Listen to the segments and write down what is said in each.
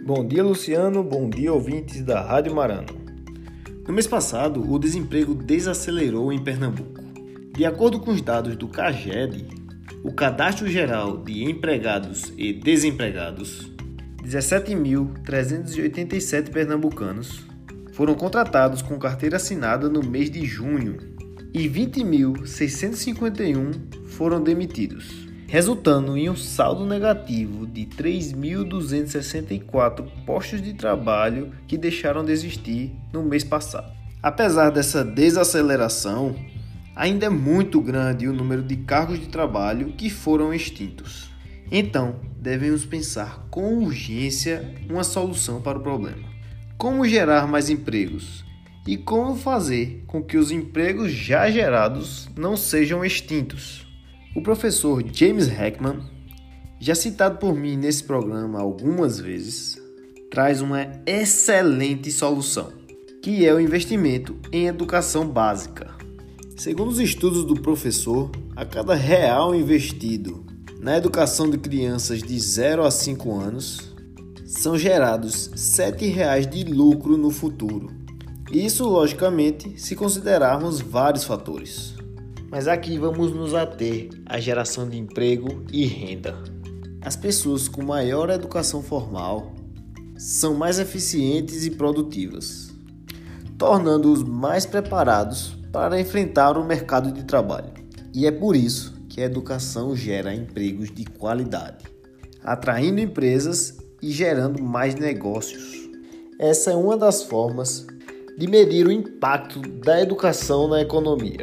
Bom dia, Luciano. Bom dia, ouvintes da Rádio Marano. No mês passado, o desemprego desacelerou em Pernambuco. De acordo com os dados do CAGED, o Cadastro Geral de Empregados e Desempregados, 17.387 pernambucanos foram contratados com carteira assinada no mês de junho e 20.651 foram demitidos, resultando em um saldo negativo de 3.264 postos de trabalho que deixaram de existir no mês passado. Apesar dessa desaceleração, ainda é muito grande o número de cargos de trabalho que foram extintos. Então, devemos pensar com urgência uma solução para o problema. Como gerar mais empregos? E como fazer com que os empregos já gerados não sejam extintos? O professor James Heckman, já citado por mim nesse programa algumas vezes, traz uma excelente solução, que é o investimento em educação básica. Segundo os estudos do professor, a cada real investido na educação de crianças de 0 a 5 anos, são gerados R$ 7 de lucro no futuro. Isso, logicamente, se considerarmos vários fatores. Mas aqui vamos nos ater à geração de emprego e renda. As pessoas com maior educação formal são mais eficientes e produtivas, tornando-os mais preparados para enfrentar o mercado de trabalho. E é por isso que a educação gera empregos de qualidade, atraindo empresas e gerando mais negócios. Essa é uma das formas de medir o impacto da educação na economia.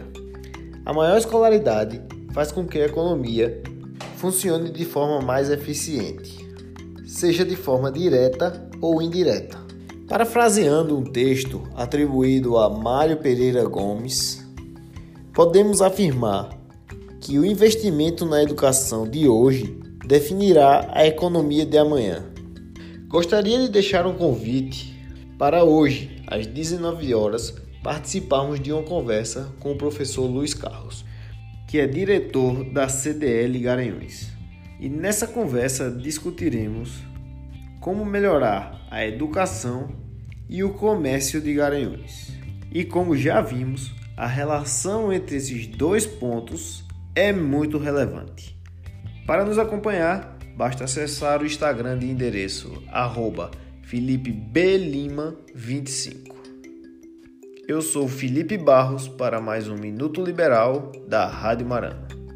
A maior escolaridade faz com que a economia funcione de forma mais eficiente, seja de forma direta ou indireta. Parafraseando um texto atribuído a Mário Pereira Gomes, podemos afirmar que o investimento na educação de hoje definirá a economia de amanhã. Gostaria de deixar um convite para hoje, às 19 horas, participarmos de uma conversa com o professor Luiz Carlos, que é diretor da CDL Garanhuns. E nessa conversa discutiremos como melhorar a educação e o comércio de Garanhuns. E como já vimos, a relação entre esses dois pontos é muito relevante. Para nos acompanhar, basta acessar o Instagram de endereço @FelipeBLima25. Eu sou Felipe Barros para mais um Minuto Liberal da Rádio Marano.